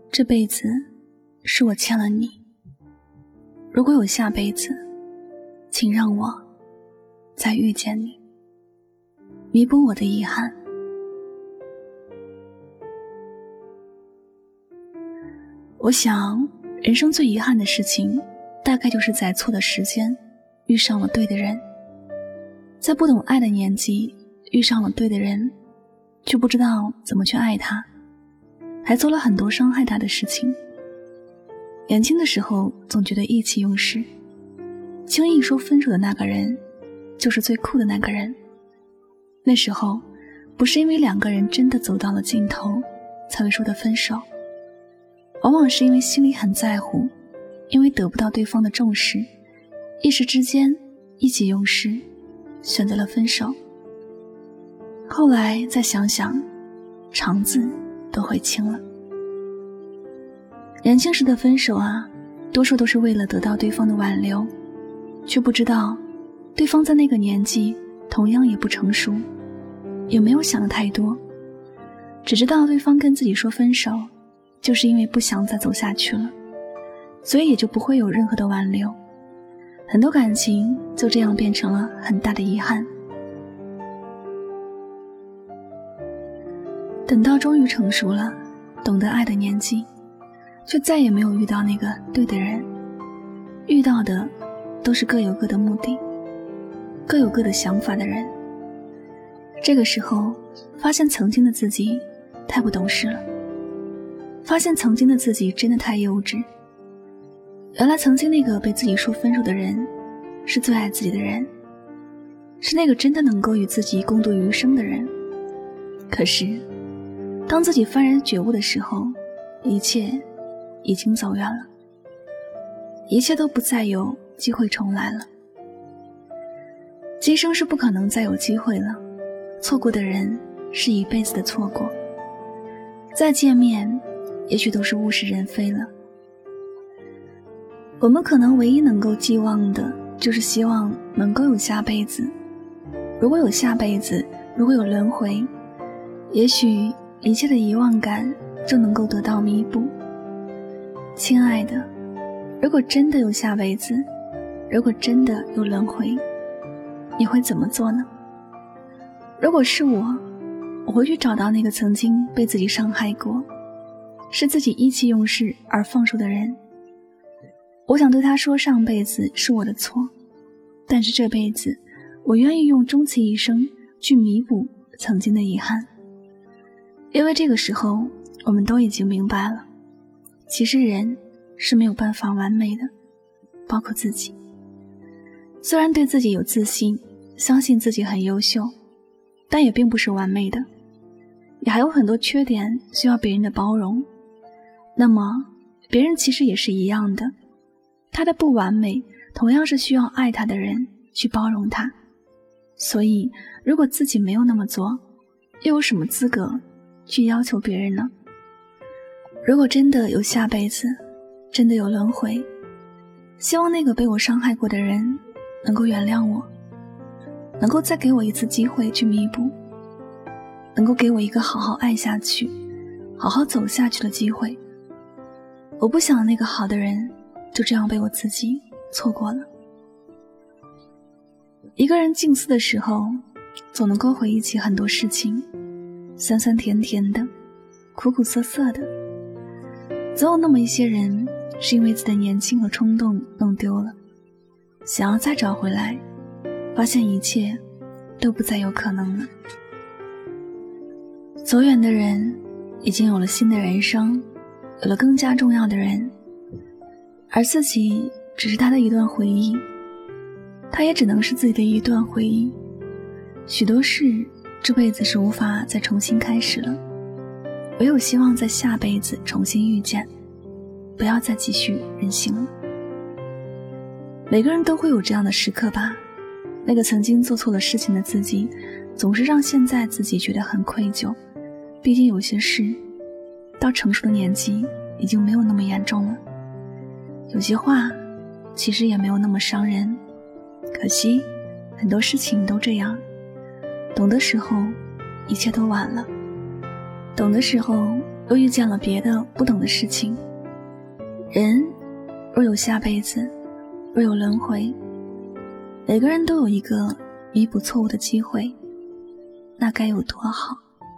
这辈子是我欠了你，如果有下辈子，请让我再遇见你，弥补我的遗憾。我想人生最遗憾的事情，大概就是在错的时间遇上了对的人，在不懂爱的年纪遇上了对的人，却不知道怎么去爱他，还做了很多伤害他的事情。年轻的时候总觉得意气用事，轻易说分手的那个人就是最酷的那个人。那时候不是因为两个人真的走到了尽头才会说的分手，往往是因为心里很在乎，因为得不到对方的重视，一时之间意气用事，选择了分手。后来再想想，肠子都悔青了。年轻时的分手啊，多数都是为了得到对方的挽留，却不知道对方在那个年纪同样也不成熟，也没有想得太多，只知道对方跟自己说分手就是因为不想再走下去了，所以也就不会有任何的挽留。很多感情就这样变成了很大的遗憾。等到终于成熟了，懂得爱的年纪，却再也没有遇到那个对的人，遇到的都是各有各的目的，各有各的想法的人。这个时候发现曾经的自己太不懂事了，发现曾经的自己真的太幼稚。原来曾经那个被自己说分手的人是最爱自己的人，是那个真的能够与自己共度余生的人。可是当自己幡然觉悟的时候，一切已经走远了，一切都不再有机会重来了。今生是不可能再有机会了，错过的人是一辈子的错过，再见面也许都是物是人非了。我们可能唯一能够寄望的就是希望能够有下辈子，如果有下辈子，如果有轮回，也许一切的遗忘感就能够得到弥补。亲爱的，如果真的有下辈子，如果真的有轮回，你会怎么做呢？如果是我会去找到那个曾经被自己伤害过，是自己意气用事而放手的人。我想对他说，上辈子是我的错，但是这辈子我愿意用终其一生去弥补曾经的遗憾。因为这个时候我们都已经明白了，其实人是没有办法完美的，包括自己。虽然对自己有自信，相信自己很优秀，但也并不是完美的，也还有很多缺点需要别人的包容。那么别人其实也是一样的，他的不完美同样是需要爱他的人去包容他。所以如果自己没有那么做，又有什么资格去要求别人呢？如果真的有下辈子，真的有轮回，希望那个被我伤害过的人能够原谅我，能够再给我一次机会去弥补，能够给我一个好好爱下去，好好走下去的机会。我不想那个好的人就这样被我自己错过了。一个人静思的时候，总能够回忆起很多事情，酸酸甜甜的，苦苦涩涩的。总有那么一些人是因为自己的年轻和冲动弄丢了，想要再找回来，发现一切都不再有可能了。走远的人已经有了新的人生，有了更加重要的人，而自己只是他的一段回忆，他也只能是自己的一段回忆。许多事这辈子是无法再重新开始了，唯有希望在下辈子重新遇见，不要再继续任性了。每个人都会有这样的时刻吧，那个曾经做错了事情的自己，总是让现在自己觉得很愧疚。毕竟有些事到成熟的年纪已经没有那么严重了，有些话其实也没有那么伤人。可惜很多事情都这样，懂的时候一切都晚了，懂的时候又遇见了别的不懂的事情。人若有下辈子，若有轮回，每个人都有一个弥补错误的机会，那该有多好。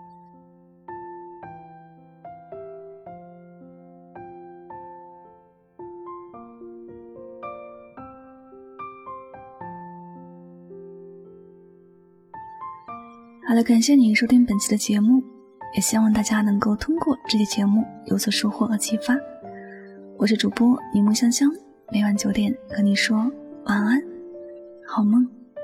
好了，感谢您收听本期的节目，也希望大家能够通过这期节目有所收获和启发。我是主播柠檬香香，每晚9点和你说晚安，好梦。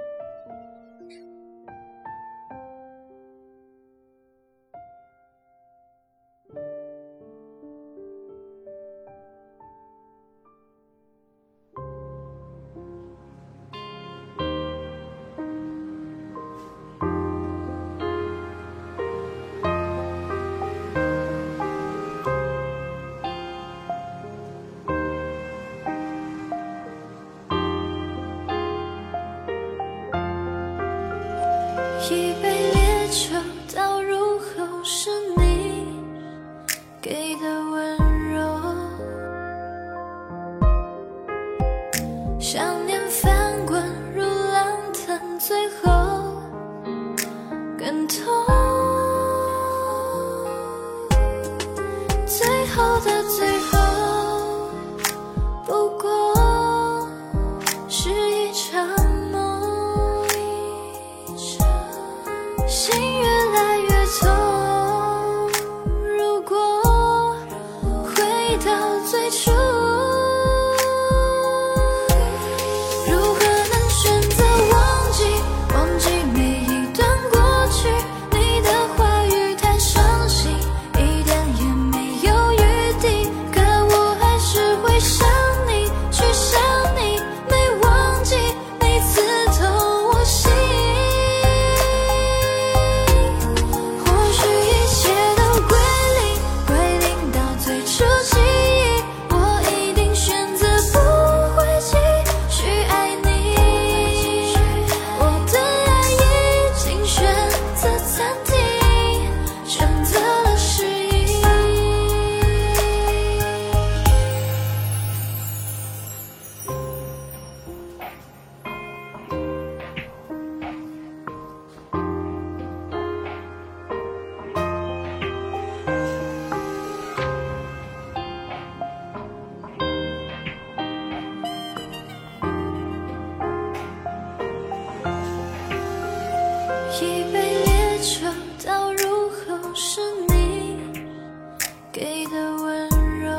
一杯烈酒倒入后，是你给的温柔，想念翻滚如浪腾，最后更痛。最后的最后，不过是一场梦，心越来越痛。如果回到最初，如何能选择忘记每一段过去？你的话语太伤心，一点也没有余地，可我还是会想你，去想你，没忘记你刺痛我心。或许一切都归零到最初记忆，我一定选择不会继续爱你。我的爱已经选择暂停，选择了失忆。一杯烈酒倒入后，是你给的温柔，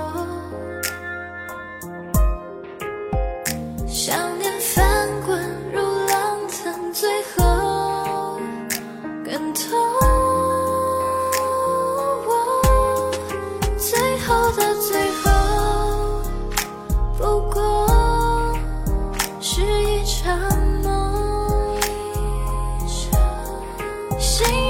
想念翻滚如浪腾，最后更痛。最后的最后，不过是一场梦，心